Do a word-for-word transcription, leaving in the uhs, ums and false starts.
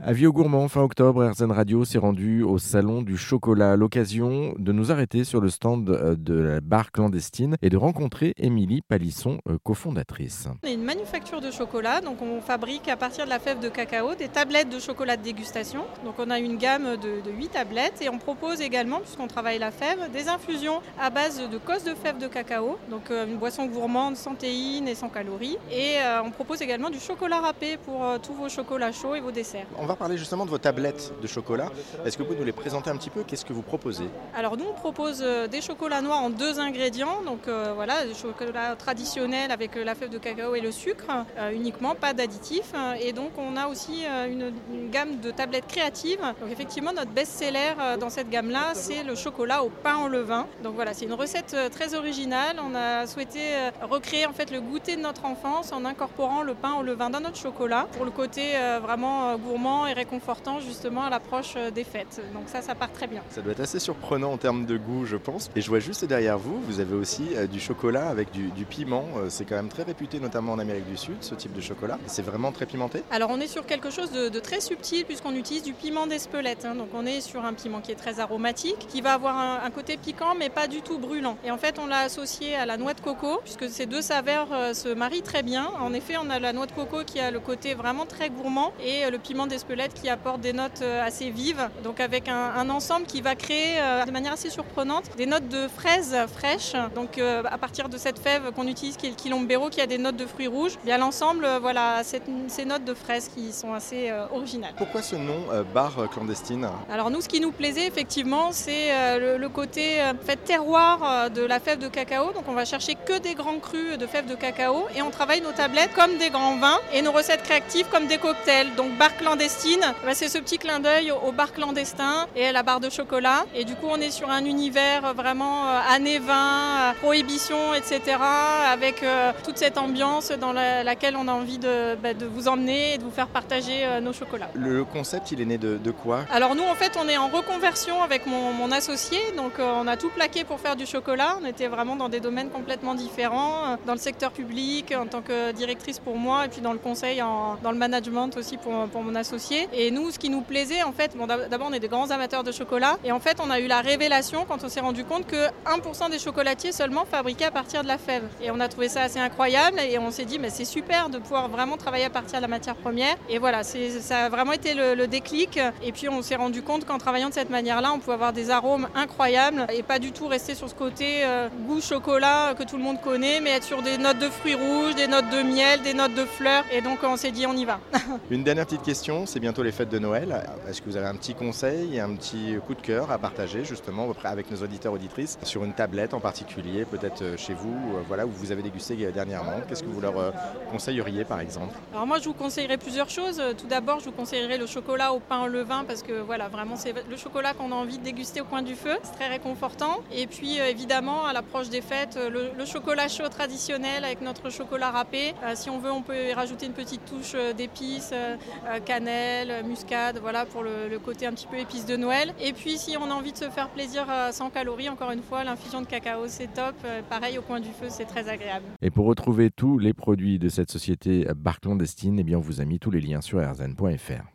Avis aux gourmands, fin octobre, R Z N Radio s'est rendu au Salon du Chocolat à l'occasion de nous arrêter sur le stand euh, de la barre clandestine et de rencontrer Émilie Palisson, euh, cofondatrice. On est une manufacture de chocolat, donc on fabrique à partir de la fève de cacao des tablettes de chocolat de dégustation. Donc on a une gamme de, de huit tablettes et on propose également, puisqu'on travaille la fève, des infusions à base de cosses de fève de cacao, donc euh, une boisson gourmande sans théine et sans calories. Et euh, on propose également du chocolat râpé pour euh, tous vos chocolats chauds et vos desserts. On va parler justement de vos tablettes de chocolat. Est-ce que vous pouvez nous les présenter un petit peu? Qu'est-ce que vous proposez? Alors nous on propose euh, des chocolats noirs en deux ingrédients, donc euh, voilà, des chocolats traditionnels avec euh, la fève de cacao et le sucre euh, uniquement, pas d'additifs. Et donc on a aussi euh, une, une gamme de tablettes créatives. Donc effectivement notre best-seller euh, dans cette gamme-là, c'est le chocolat au pain au levain. Donc voilà, c'est une recette euh, très originale. On a souhaité euh, recréer en fait le goûter de notre enfance en incorporant le pain au levain dans notre chocolat pour le côté euh, vraiment euh, gourmand et réconfortant justement à l'approche euh, des fêtes. Donc ça, ça part très bien. Ça doit être assez surprenant en termes de goût, je pense. Et je vois juste derrière vous, vous avez aussi euh, du chocolat avec du, du piment. Euh, c'est quand même très réputé, notamment en Amérique du Sud, ce type de chocolat. C'est vraiment très pimenté. Alors on est sur quelque chose de, de très subtil puisqu'on utilise du piment d'Espelette. Hein. Donc on est sur un piment qui est très aromatique, qui va avoir un, un côté piquant mais pas du tout brûlant. Et en fait on l'a associé à la noix de coco puisque ces deux saveurs euh, se marient très bien. En effet on a la noix de coco qui a le côté vraiment très gourmand et euh, le piment d'Espelette qui apporte des notes euh, assez vives. Donc avec un, un ensemble qui va créer euh, de manière assez surprenante des notes de fraises fraîches. Donc euh, à partir de cette fève qu'on utilise qui est le quilombero qui a des notes de fruits rouges, bien l'ensemble euh, voilà cette, ces notes de fraises qui sont assez euh, originales. Pourquoi ce nom euh, bar clandestine? Alors nous ce qui nous plaisait effectivement c'est euh, le, le côté euh, fait, terroir euh, de la fève de cacao. Donc on va chercher que des grands crus de fève de cacao et on travaille nos tablettes comme des grands vins et nos recettes créatives comme des cocktails. Donc bar clandestine, bah, c'est ce petit clin d'œil au, au bar clandestin et à la barre de chocolat. Et du coup on est sur un univers vraiment euh, années vingt, euh, prohibition, et cetera. Avec euh, toute cette ambiance dans la, laquelle on a envie de, bah, de vous emmener et de vous faire partager euh, nos chocolats. Le concept, il est né de, de quoi? Alors nous en fait on est en reconversion avec mon, mon associé, donc euh, on a tout plaqué pour faire du chocolat. On était vraiment dans des domaines complètement différents, euh, dans le secteur public en tant que directrice pour moi et puis dans le conseil, en, dans le management aussi pour, pour mon associé. Et nous ce qui nous plaisait en fait, bon, d'abord on est des grands amateurs de chocolat et en fait on a eu la révélation quand on s'est rendu compte que un pour cent des chocolatiers seulement fabriquaient à partir de la fève. Et on a trouvé ça assez incroyable et on s'est dit mais c'est super de pouvoir vraiment travailler à partir de la matière première. Et voilà, c'est, ça a vraiment été le, le déclic. Et puis on s'est rendu compte qu'en travaillant de cette manière-là, on pouvait avoir des arômes incroyables et pas du tout rester sur ce côté euh, goût chocolat que tout le monde connaît, mais être sur des notes de fruits rouges, des notes de miel, des notes de fleurs. Et donc on s'est dit on y va. Une dernière petite question, c'est bientôt les fêtes de Noël. Est-ce que vous avez un petit conseil et un petit coup de cœur à partager justement avec nos auditeurs auditrices sur une tablette en particulier, peut-être chez vous, voilà, où vous avez dégusté dernièrement? Qu'est-ce que vous leur conseilleriez par exemple? Alors moi je vous conseillerais plusieurs choses. Tout d'abord je vous conseillerais le chocolat au pain au levain parce que voilà, vraiment c'est le chocolat qu'on a envie de déguster au coin du feu. C'est très réconfortant. Et puis euh, évidemment à l'approche des fêtes, le, le chocolat chaud traditionnel avec notre chocolat râpé. Euh, si on veut on peut y rajouter une petite touche d'épices, euh, cannelle, muscade, voilà pour le, le côté un petit peu épices de Noël. Et puis si on a envie de se faire plaisir euh, sans calories, encore une fois l'infusion de cacao c'est top. Euh, pareil au coin du feu c'est très agréable. Et pour retrouver tous les produits de cette société Bar Clandestine, eh bien on vous a mis tous les liens sur r z n point f r.